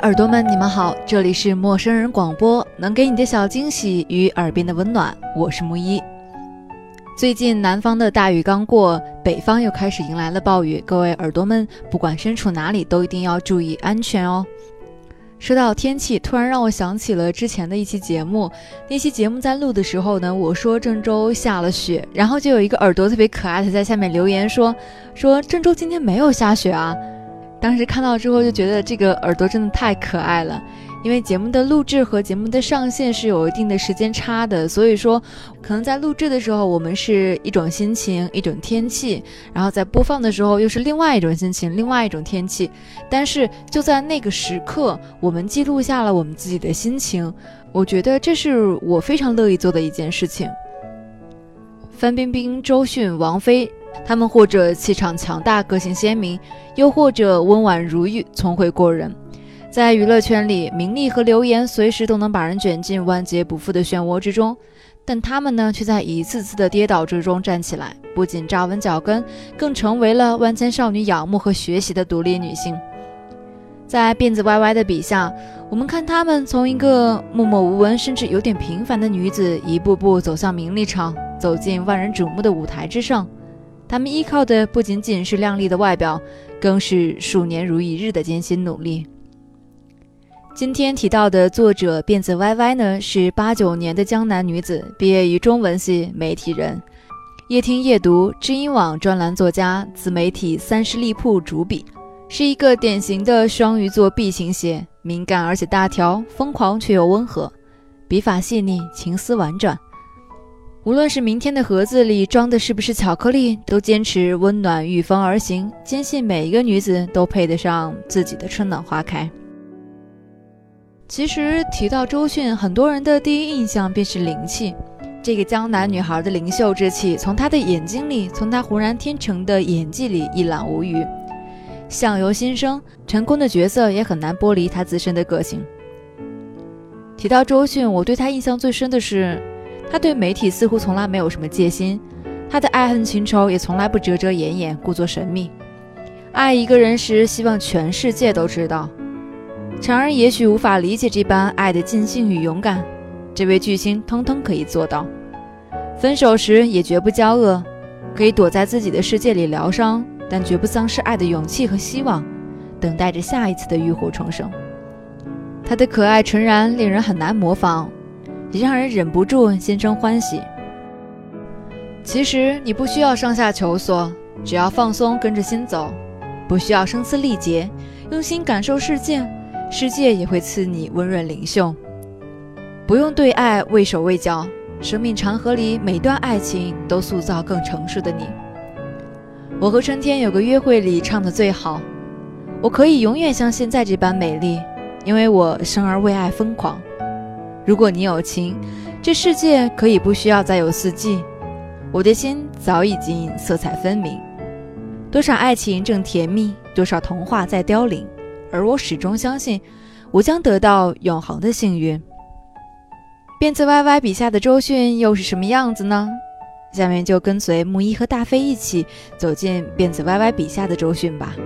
耳朵们，你们好，这里是陌生人广播，能给你的小惊喜与耳边的温暖，我是木一。最近南方的大雨刚过，北方又开始迎来了暴雨，各位耳朵们，不管身处哪里，都一定要注意安全哦。说到天气，突然让我想起了之前的一期节目，那期节目在录的时候呢，我说郑州下了雪，然后就有一个耳朵特别可爱的在下面留言说郑州今天没有下雪啊。当时看到之后就觉得这个耳朵真的太可爱了，因为节目的录制和节目的上线是有一定的时间差的，所以说可能在录制的时候我们是一种心情一种天气，然后在播放的时候又是另外一种心情另外一种天气，但是就在那个时刻我们记录下了我们自己的心情，我觉得这是我非常乐意做的一件事情。范冰冰、周迅、王菲，他们或者气场强大个性鲜明，又或者温婉如玉聪慧过人，在娱乐圈里，名利和流言随时都能把人卷进万劫不复的漩涡之中，但他们呢，却在一次次的跌倒之中站起来，不仅扎稳脚跟，更成为了万千少女仰慕和学习的独立女性。在辫子歪歪的笔下，我们看她们从一个默默无闻甚至有点平凡的女子，一步步走向名利场，走进万人瞩目的舞台之上。她们依靠的不仅仅是靓丽的外表，更是数年如一日的艰辛努力。今天提到的作者辫子歪歪呢，是89年的江南女子，毕业于中文系，媒体人，夜听夜读知音网专栏作家，自媒体30立铺主笔，是一个典型的双鱼座 B 型血，敏感而且大条，疯狂却又温和，笔法细腻，情思婉转。无论是明天的盒子里装的是不是巧克力，都坚持温暖御风而行，坚信每一个女子都配得上自己的春暖花开。其实提到周迅，很多人的第一印象便是灵气，这个江南女孩的灵秀之气，从她的眼睛里，从她浑然天成的演技里一览无余。相由心生，成功的角色也很难剥离她自身的个性。提到周迅，我对她印象最深的是他对媒体似乎从来没有什么戒心，他的爱恨情仇也从来不遮遮掩掩，故作神秘。爱一个人时，希望全世界都知道。常人也许无法理解这般爱的尽兴与勇敢，这位巨星通通可以做到。分手时也绝不骄傲，可以躲在自己的世界里疗伤，但绝不丧失爱的勇气和希望，等待着下一次的浴火重生。他的可爱纯然令人很难模仿，也让人忍不住心生欢喜。其实你不需要上下求索，只要放松跟着心走，不需要声嘶力竭，用心感受世界，世界也会赐你温润灵秀。不用对爱畏手畏脚，生命长河里每段爱情都塑造更成熟的你。我和春天有个约会里唱得最好，我可以永远像现在这般美丽，因为我生而为爱疯狂。如果你有情，这世界可以不需要再有四季，我的心早已经色彩分明。多少爱情正甜蜜，多少童话在凋零，而我始终相信我将得到永恒的幸运。辫子歪歪笔下的周迅又是什么样子呢？下面就跟随木一和大飞一起走进辫子歪歪笔下的周迅吧。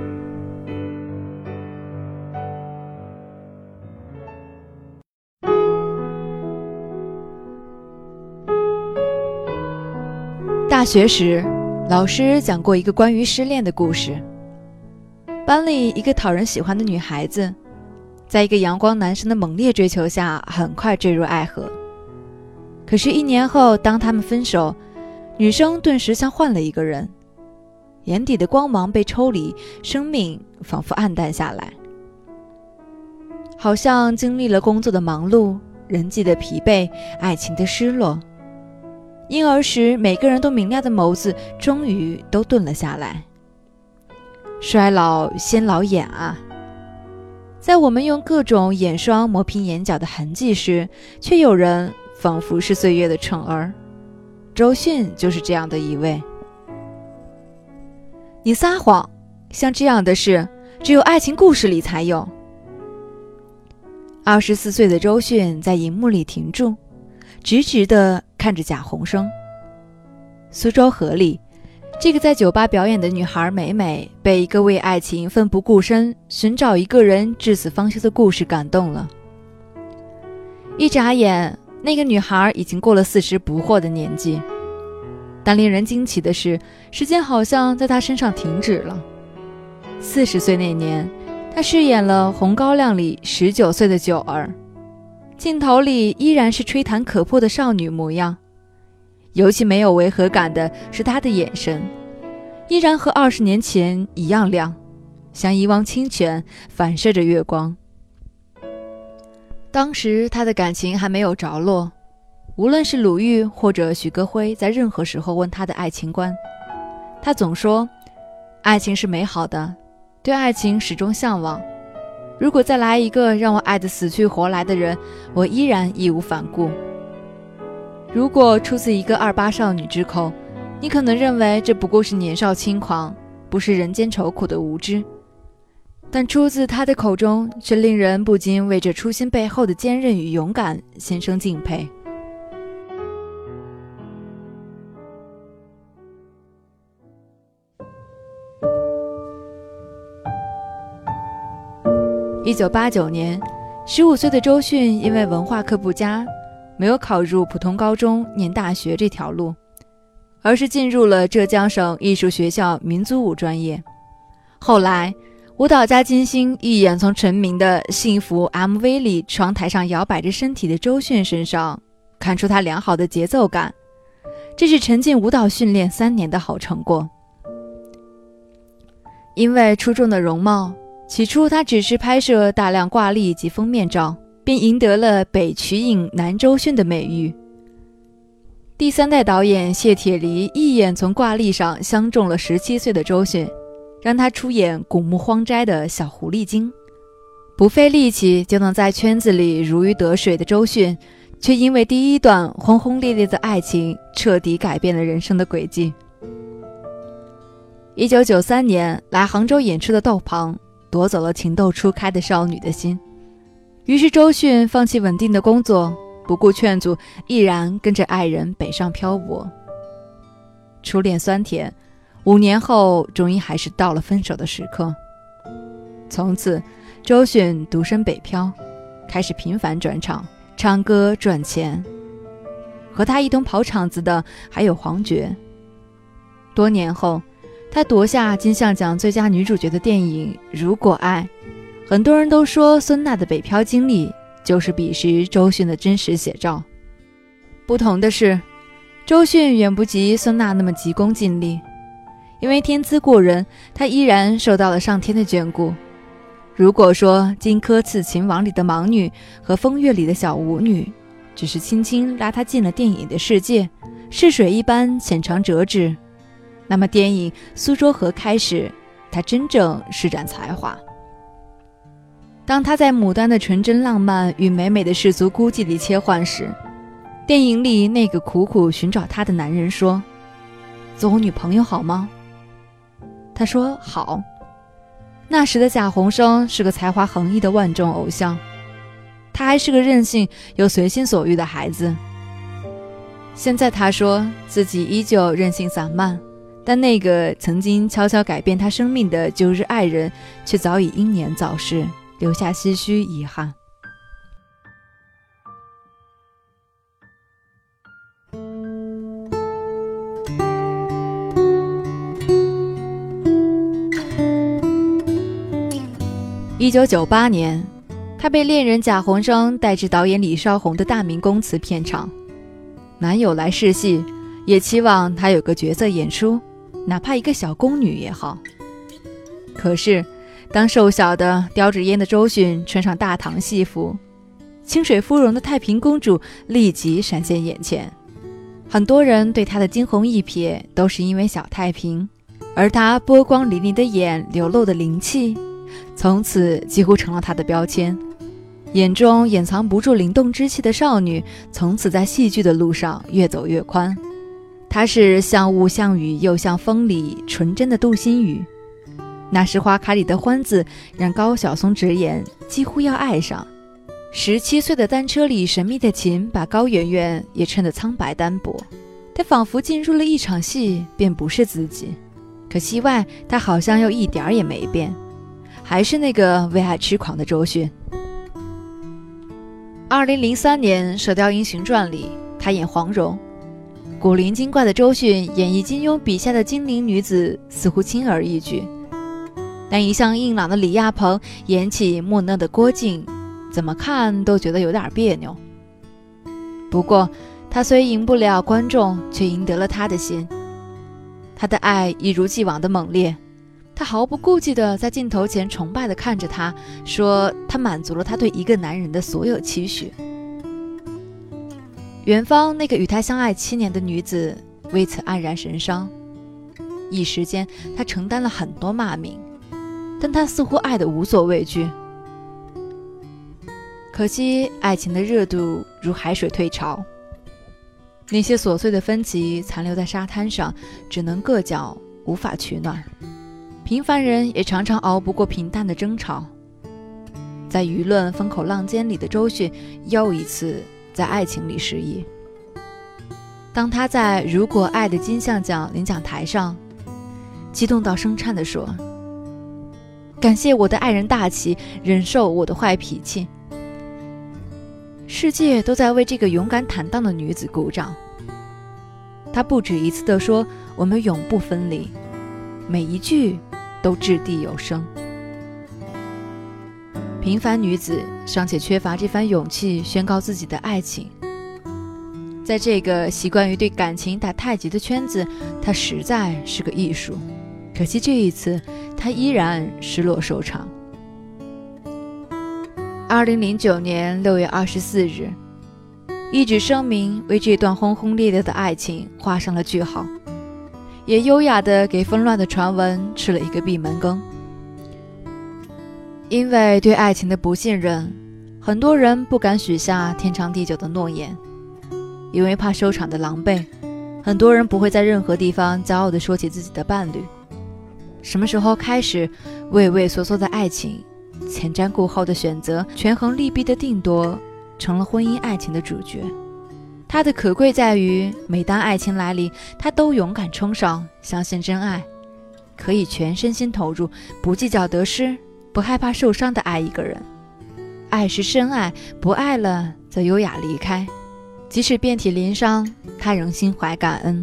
大学时，老师讲过一个关于失恋的故事。班里一个讨人喜欢的女孩子，在一个阳光男生的猛烈追求下，很快坠入爱河。可是1年后，当他们分手，女生顿时像换了一个人，眼底的光芒被抽离，生命仿佛暗淡下来，好像经历了工作的忙碌，人际的疲惫，爱情的失落。婴儿时每个人都明亮的眸子终于都钝了下来。衰老先老眼啊，在我们用各种眼霜磨平眼角的痕迹时，却有人仿佛是岁月的宠儿。周迅就是这样的一位。你撒谎，像这样的事只有爱情故事里才有。24岁的周迅在荧幕里停住，直直地看着贾宏声。苏州河里， 这个在酒吧表演的女孩美美被一个为爱情奋不顾身寻找一个人至死方休的故事感动了。一眨眼，那个女孩已经过了40不惑的年纪，但令人惊奇的是，时间好像在她身上停止了。40岁那年，她饰演了《红高粱》里19岁的九儿，镜头里依然是吹弹可破的少女模样。尤其没有违和感的是她的眼神，依然和20年前一样亮，像一汪清泉反射着月光。当时她的感情还没有着落，无论是鲁豫或者许戈辉在任何时候问她的爱情观，她总说爱情是美好的，对爱情始终向往，如果再来一个让我爱得死去活来的人，我依然义无反顾。如果出自一个28少女之口，你可能认为这不过是年少轻狂，不是人间愁苦的无知，但出自她的口中，却令人不禁为这初心背后的坚韧与勇敢心生敬佩。1989年，15岁的周迅因为文化课不佳，没有考入普通高中念大学这条路，而是进入了浙江省艺术学校民族舞专业。后来，舞蹈家金星一眼从成名的幸福 MV 里窗台上摇摆着身体的周迅身上看出她良好的节奏感，这是沉浸舞蹈训练3年的好成果。因为出众的容貌，起初他只是拍摄大量挂历及封面照，便赢得了北瞿颖男周迅的美誉。第3代导演谢铁骊一眼从挂历上相中了17岁的周迅，让他出演古墓荒斋的小狐狸精。不费力气就能在圈子里如鱼得水的周迅，却因为第一段轰轰烈烈的爱情彻底改变了人生的轨迹。1993年来杭州演出的窦庞夺走了情窦初开的少女的心，于是周迅放弃稳定的工作，不顾劝阻，毅然跟着爱人北上漂泊。初恋酸甜，5年后终于还是到了分手的时刻。从此周迅独身北漂，开始频繁转场唱歌赚钱。和他一同跑场子的还有黄觉。多年后，她夺下金像奖最佳女主角的电影《如果爱》，很多人都说孙娜的北漂经历就是彼时周迅的真实写照。不同的是，周迅远不及孙娜那么急功近利，因为天资过人，她依然受到了上天的眷顾。如果说《荆轲刺秦王》里的盲女和《风月》里的小舞女只是轻轻拉她进了电影的世界，逝水一般浅尝辄止，那么电影《苏州河》开始，她真正施展才华。当她在牡丹的纯真浪漫与美美的世俗孤寂里切换时，电影里那个苦苦寻找她的男人说：“做我女朋友好吗？”她说好。那时的贾宏声是个才华横溢的万众偶像，他还是个任性又随心所欲的孩子。现在他说自己依旧任性散漫，但那个曾经悄悄改变他生命的旧日爱人却早已英年早逝，留下唏嘘遗憾。1998年，他被恋人贾宏声带至导演李少红的大明宫词片场，男友来试戏，也期望他有个角色演出，哪怕一个小宫女也好。可是当瘦小的叼着烟的周迅穿上大唐戏服，清水芙蓉的太平公主立即闪现眼前。很多人对她的惊鸿一瞥都是因为小太平，而她波光粼粼的眼流露的灵气，从此几乎成了她的标签。眼中掩藏不住灵动之气的少女，从此在戏剧的路上越走越宽。她是像雾像雨又像风里纯真的杜心雨，那时花开里的欢字让高晓松直言几乎要爱上。17岁的单车里神秘的琴把高圆圆也衬得苍白单薄。 他仿佛进入了一场戏，便不是自己。可戏外，他好像又一点儿也没变，还是那个为爱痴狂的周迅。2003年《射雕英雄传》里，他演黄蓉，古灵精怪的周迅演绎金庸笔下的精灵女子，似乎轻而易举。但一向硬朗的李亚鹏演起木讷的郭靖，怎么看都觉得有点别扭。不过他虽赢不了观众，却赢得了他的心。他的爱一如既往的猛烈，他毫不顾忌地在镜头前崇拜地看着他，说他满足了他对一个男人的所有期许。远方那个与他相爱7年的女子为此黯然神伤，一时间他承担了很多骂名，但他似乎爱得无所畏惧。可惜爱情的热度如海水退潮，那些琐碎的分歧残留在沙滩上，只能硌脚，无法取暖。平凡人也常常熬不过平淡的争吵。在舆论风口浪尖里的周迅，又一次在爱情里失意。当他在如果爱的金像奖领奖台上激动到声颤地说，感谢我的爱人大齐忍受我的坏脾气，世界都在为这个勇敢坦荡的女子鼓掌。他不止一次地说，我们永不分离，每一句都掷地有声。平凡女子尚且缺乏这番勇气宣告自己的爱情，在这个习惯于对感情打太极的圈子，她实在是个艺术。可惜这一次她依然失落收场。2009年6月24日，一纸声明为这段轰轰烈烈的爱情画上了句号，也优雅地给纷乱的传闻吃了一个闭门羹。因为对爱情的不信任，很多人不敢许下天长地久的诺言。因为怕收场的狼狈，很多人不会在任何地方骄傲地说起自己的伴侣。什么时候开始，畏畏缩缩的爱情，前瞻顾后的选择，权衡利弊的定夺，成了婚姻爱情的主角。它的可贵在于，每当爱情来临，他都勇敢冲上，相信真爱，可以全身心投入，不计较得失，不害怕受伤的爱一个人。爱是深爱，不爱了则优雅离开，即使遍体鳞伤，他仍心怀感恩。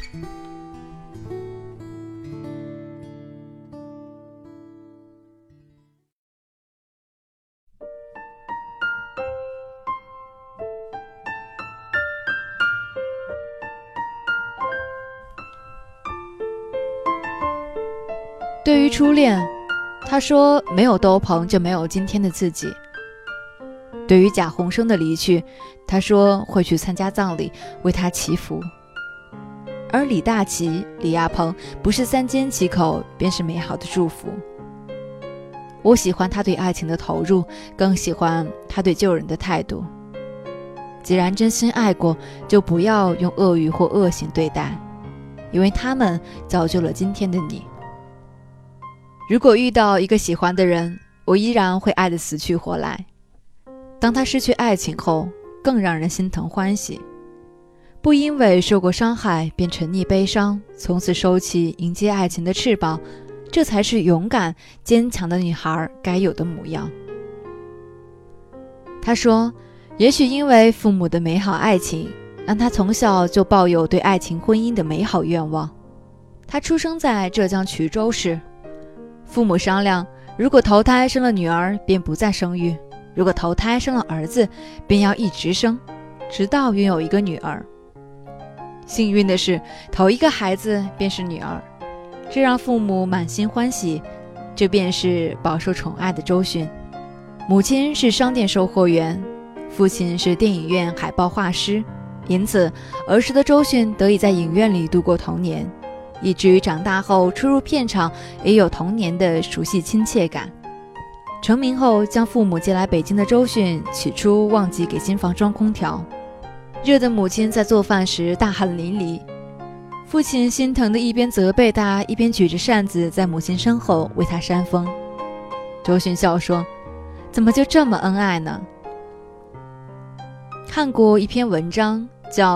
对于初恋，他说没有斗篷就没有今天的自己。对于贾宏声的离去，他说会去参加葬礼，为他祈福。而李大齐、李亚鹏不是三缄其口，便是美好的祝福。我喜欢他对爱情的投入，更喜欢他对救人的态度。既然真心爱过，就不要用恶语或恶行对待，因为他们造就了今天的你。如果遇到一个喜欢的人，我依然会爱得死去活来。当他失去爱情后，更让人心疼欢喜。不因为受过伤害便沉溺悲伤，从此收起迎接爱情的翅膀，这才是勇敢坚强的女孩该有的模样。他说，也许因为父母的美好爱情，让他从小就抱有对爱情婚姻的美好愿望。他出生在浙江衢州市，父母商量，如果投胎生了女儿，便不再生育；如果投胎生了儿子，便要一直生，直到拥有一个女儿。幸运的是，头一个孩子便是女儿，这让父母满心欢喜。这便是饱受宠爱的周迅。母亲是商店售货员，父亲是电影院海报画师，因此儿时的周迅得以在影院里度过童年，以至于长大后出入片场也有童年的熟悉亲切感。成名后将父母接来北京的周迅，起初忘记给新房装空调，热的母亲在做饭时大汗淋漓，父亲心疼的一边责备他，一边举着扇子在母亲身后为她扇风。周迅笑说，怎么就这么恩爱呢？看过一篇文章叫《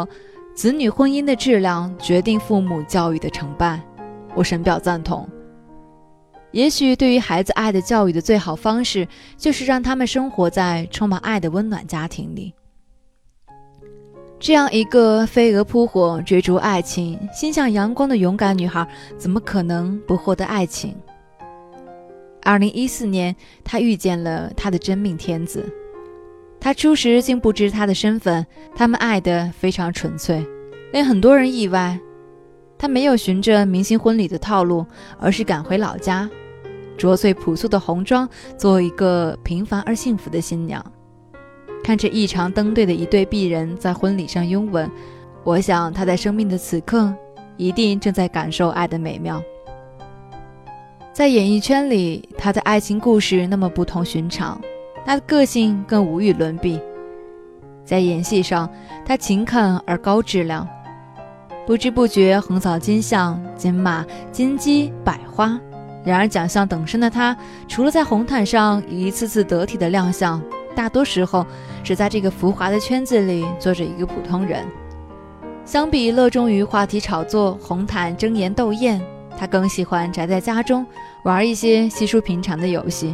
子女婚姻的质量决定父母教育的成败，我深表赞同。也许对于孩子爱的教育的最好方式，就是让他们生活在充满爱的温暖家庭里。这样一个飞蛾扑火、追逐爱情、心向阳光的勇敢女孩，怎么可能不获得爱情？2014年，她遇见了她的真命天子。她初时竟不知他的身份，他们爱得非常纯粹，令很多人意外。她没有循着明星婚礼的套路，而是赶回老家，着最朴素的红妆，做一个平凡而幸福的新娘。看着异常登对的一对璧人在婚礼上拥吻，我想她在生命的此刻一定正在感受爱的美妙。在演艺圈里，她的爱情故事那么不同寻常，她的个性更无与伦比。在演戏上，她勤恳而高质量，不知不觉横扫金像、金马、金鸡、百花。然而奖项等身的她，除了在红毯上一次次得体的亮相，大多时候是在这个浮华的圈子里做着一个普通人。相比热衷于话题炒作、红毯争妍斗艳，他更喜欢宅在家中玩一些稀疏平常的游戏。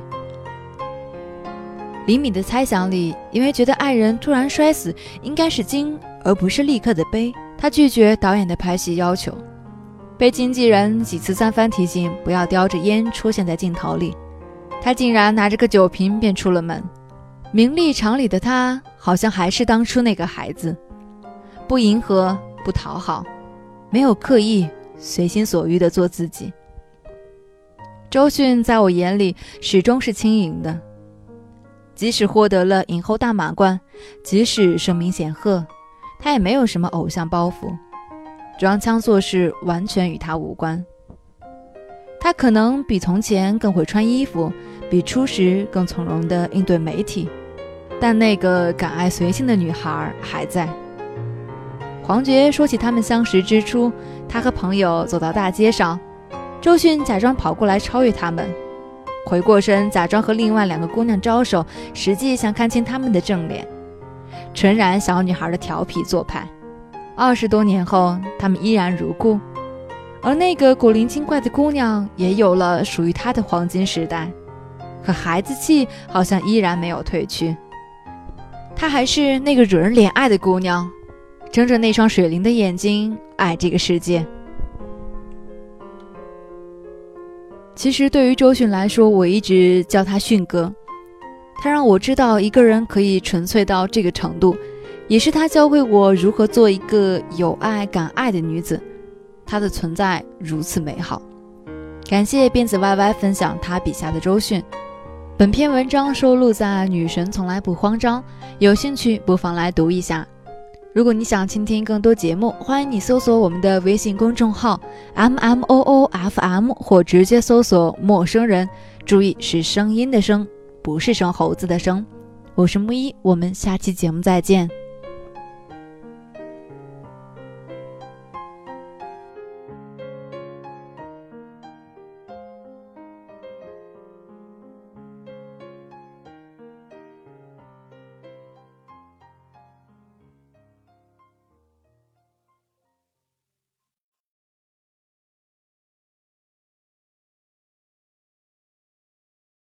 李米的猜想里，因为觉得爱人突然摔死应该是惊而不是立刻的悲，他拒绝导演的拍戏要求，被经纪人几次三番提醒不要叼着烟出现在镜头里，他竟然拿着个酒瓶便出了门。名利场里的他好像还是当初那个孩子，不迎合，不讨好，没有刻意，随心所欲地做自己。周迅在我眼里始终是轻盈的，即使获得了影后大满贯，即使声名显赫，他也没有什么偶像包袱，装腔作势完全与他无关。他可能比从前更会穿衣服，比初时更从容地应对媒体，但那个敢爱随性的女孩还在。黄觉说起他们相识之初，他和朋友走到大街上，周迅假装跑过来超越他们，回过身假装和另外2个姑娘招手，实际想看清他们的正脸，纯然小女孩的调皮做派。20多年后，他们依然如故，而那个古灵精怪的姑娘也有了属于她的黄金时代，可孩子气好像依然没有褪去。她还是那个惹人怜爱的姑娘，睁着那双水灵的眼睛爱这个世界。其实对于周迅来说，我一直叫她迅哥，她让我知道一个人可以纯粹到这个程度，也是她教会我如何做一个有爱敢爱的女子。她的存在如此美好。感谢辫子 YY 分享她笔下的周迅。本篇文章收录在女神从来不慌张，有兴趣不妨来读一下。如果你想倾听更多节目，欢迎你搜索我们的微信公众号 MMOOFM 或直接搜索陌生人，注意是声音的声，不是生猴子的生。我是木一，我们下期节目再见。